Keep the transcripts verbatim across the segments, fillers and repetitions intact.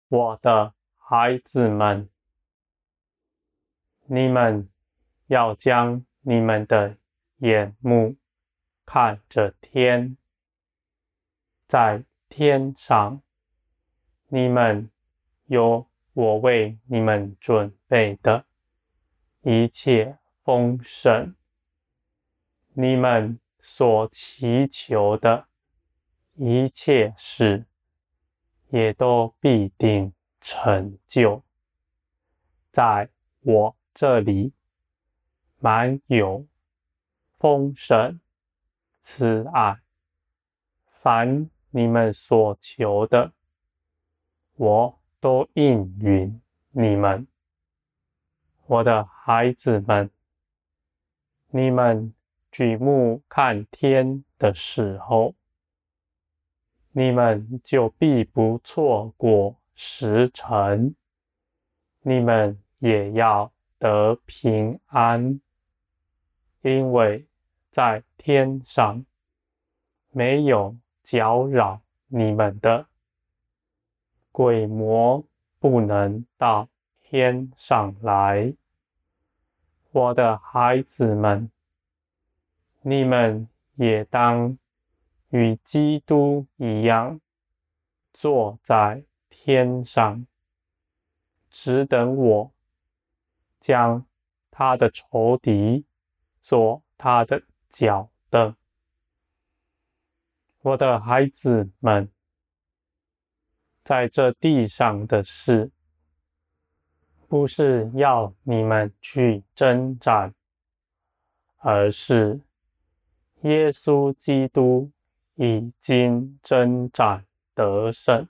我的孩子们，你们要将你们的眼目看着天，在天上，你们有我为你们准备的一切丰盛，你们所祈求的一切事，也都必定成就。在我这里满有丰盛慈爱，凡你们所求的，我都应允你们。我的孩子们，你们举目看天的时候，你们就必不错过时辰，你们也要得平安，因为在天上没有搅扰你们的，鬼魔不能到天上来。我的孩子们，你们也当与基督一样，坐在天上，只等我将他的仇敌做他的脚凳。我的孩子们，在这地上的事，不是要你们去征战，而是耶稣基督已经征战得胜，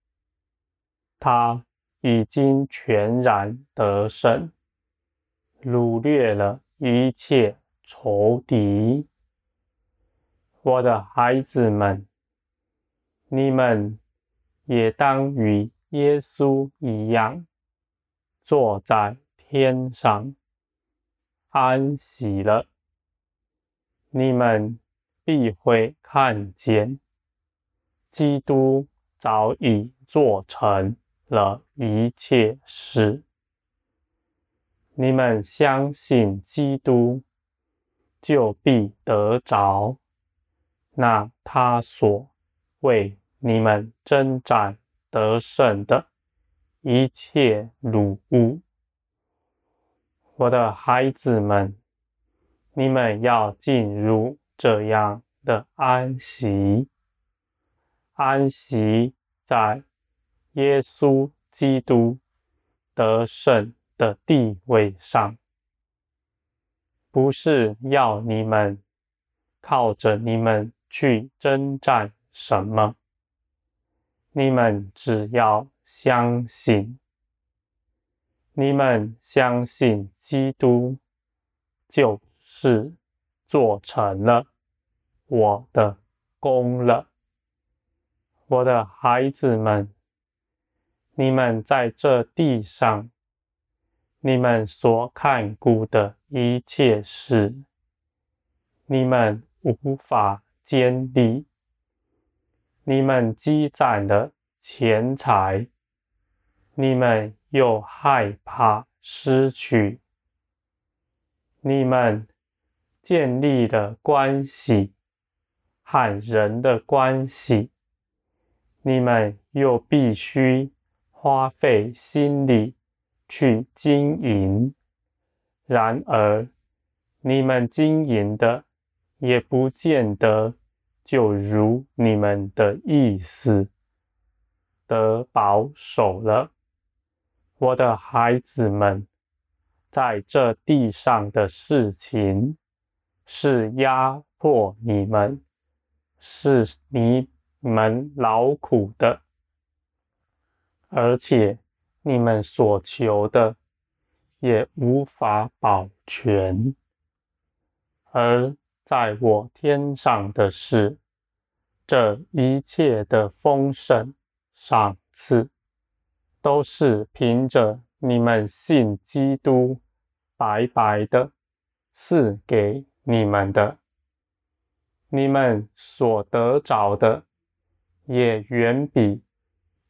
他已经全然得胜，掳掠了一切仇敌。我的孩子们，你们也当与耶稣一样，坐在天上，安息了。你们必会看见，基督早已做成了一切事。你们相信基督，就必得着那他所为你们征战得胜的一切掳物。我的孩子们，你们要进入这样的安息，安息在耶稣基督得胜的地位上，不是要你们靠着你们去征战什么，你们只要相信，你们相信基督就是做成了我的功了。我的孩子们，你们在这地上，你们所看顾的一切事，你们无法坚立，你们积攒了钱财，你们又害怕失去，你们建立了关系和人的关系，你们又必须花费心力去经营，然而你们经营的也不见得就如你们的意思得保守了。我的孩子们，在这地上的事情是压迫你们，是你们劳苦的，而且你们所求的也无法保全。而在我天上的事，这一切的丰盛赏赐，都是凭着你们信基督白白的赐给你们的。你们所得着的，也远比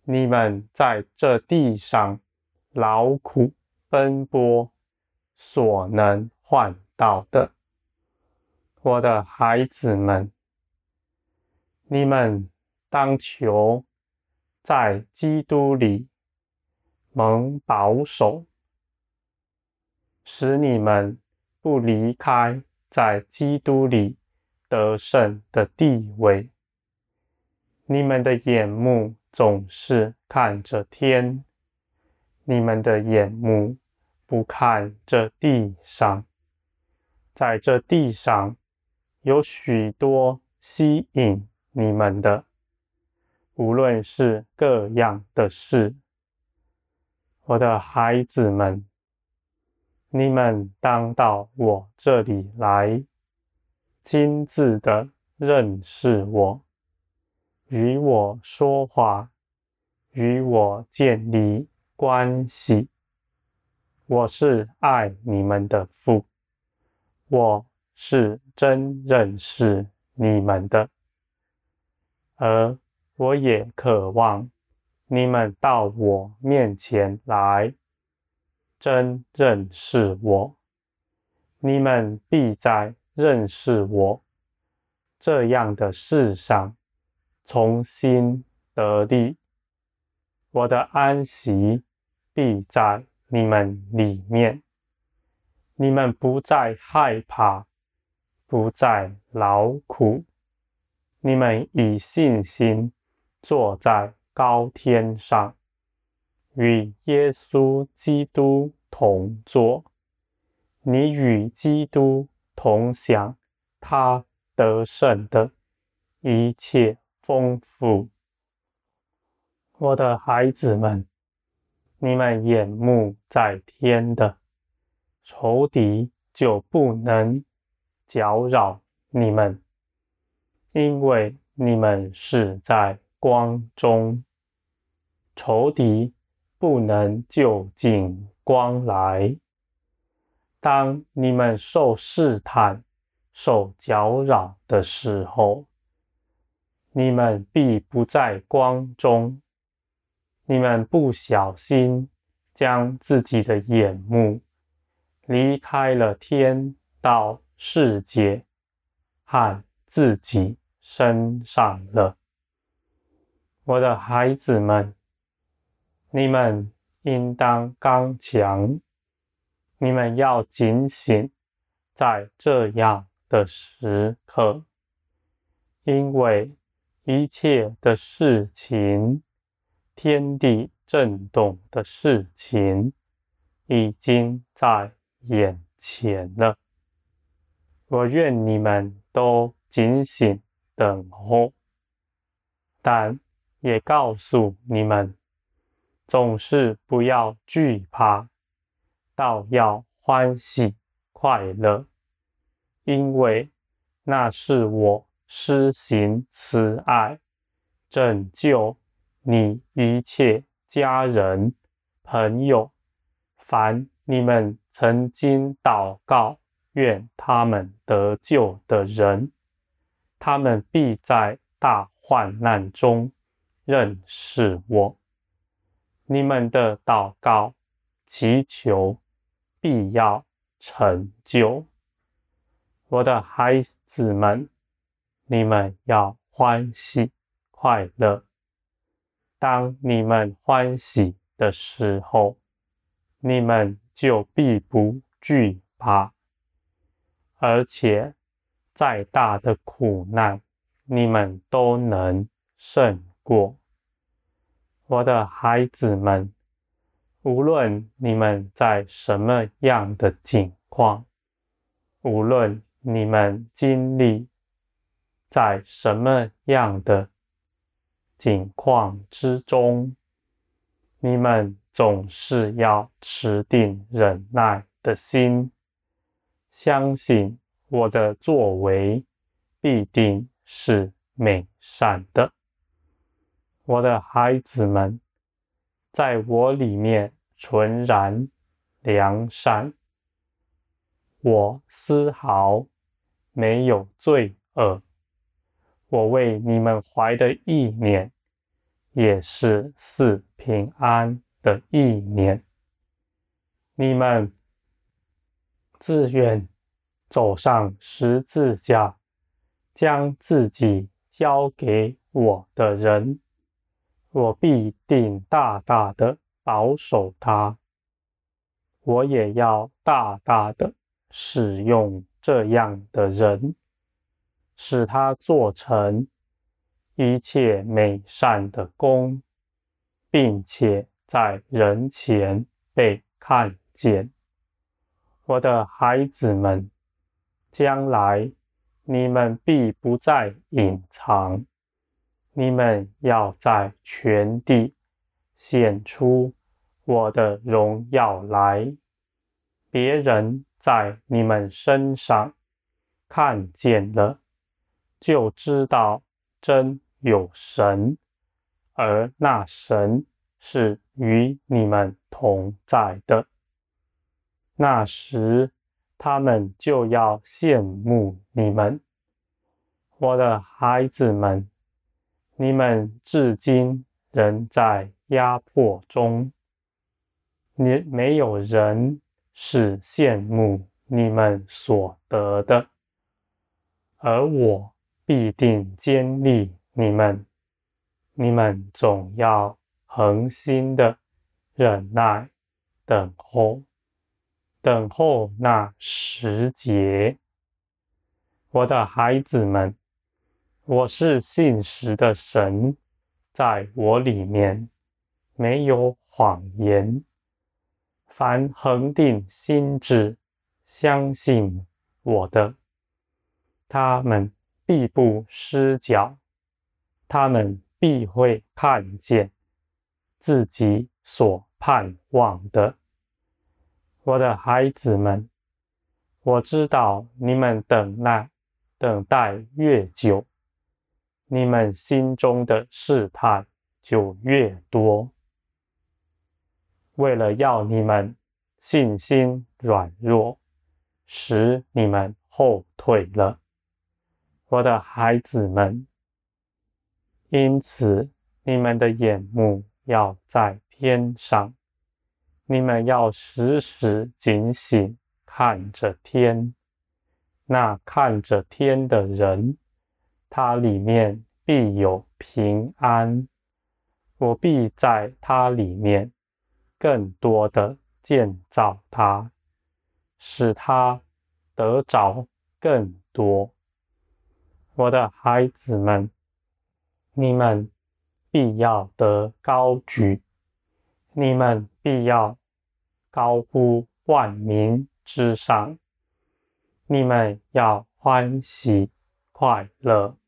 你们在这地上劳苦奔波所能换到的。我的孩子们，你们当求在基督里蒙保守，使你们不离开在基督里得胜的地位。你们的眼目总是看着天，你们的眼目不看这地上。在这地上有许多吸引你们的，无论是各样的事。我的孩子们，你们当到我这里来，亲自的认识我，与我说话，与我建立关系。我是爱你们的父，我是真认识你们的，而我也渴望你们到我面前来，真认识我。你们必在认识我这样的事上重新得力。我的安息必在你们里面，你们不再害怕，不再劳苦，你们以信心坐在高天上，与耶稣基督同坐。你与基督同享他得胜的一切丰富。我的孩子们，你们眼目在天的，仇敌就不能搅扰你们，因为你们是在光中，仇敌不能就近光来。当你们受试探、受搅扰的时候，你们必不在光中。你们不小心将自己的眼目离开了天，到世界和自己身上了。我的孩子们，你们应当刚强，你们要警醒在这样的时刻，因为一切的事情，天地震动的事情，已经在眼前了。我愿你们都警醒等候，但也告诉你们，总是不要惧怕，倒要欢喜快乐，因为那是我施行慈爱，拯救你一切家人、朋友，凡你们曾经祷告，愿他们得救的人，他们必在大患难中认识我。你们的祷告、祈求必要成就。我的孩子们，你们要欢喜快乐。当你们欢喜的时候，你们就必不惧怕，而且再大的苦难，你们都能胜过。我的孩子们，无论你们在什么样的境况，无论你们经历在什么样的境况之中，你们总是要持定忍耐的心，相信我的作为必定是美善的。我的孩子们，在我里面纯然良善，我丝毫没有罪恶。我为你们怀的意念， 也是四平安的意念。你们自愿走上十字架，将自己交给我的人，我必定大大的保守他。我也要大大的使用这样的人，使他做成一切美善的工，并且在人前被看见。我的孩子们，将来你们必不再隐藏，你们要在全地显出我的荣耀来。别人在你们身上看见了，就知道真有神，而那神是与你们同在的。那时，他们就要羡慕你们。我的孩子们，你们至今仍在压迫中，你没有人是羡慕你们所得的，而我必定坚立你们。你们总要恒心的忍耐，等候，等候那时节。我的孩子们，我是信实的神，在我里面没有谎言。凡恒定心志，相信我的，他们必不失脚，他们必会看见自己所盼望的。我的孩子们，我知道你们等待等待越久，你们心中的试探就越多。为了要你们信心软弱，使你们后退了，我的孩子们，因此你们的眼目要在天上，你们要时时警醒，看着天。那看着天的人，他里面必有平安，我必在他里面更多的建造他，使他得着更多。我的孩子们，你们必要得高举，你们必要高呼万民之上，你们要欢喜快乐，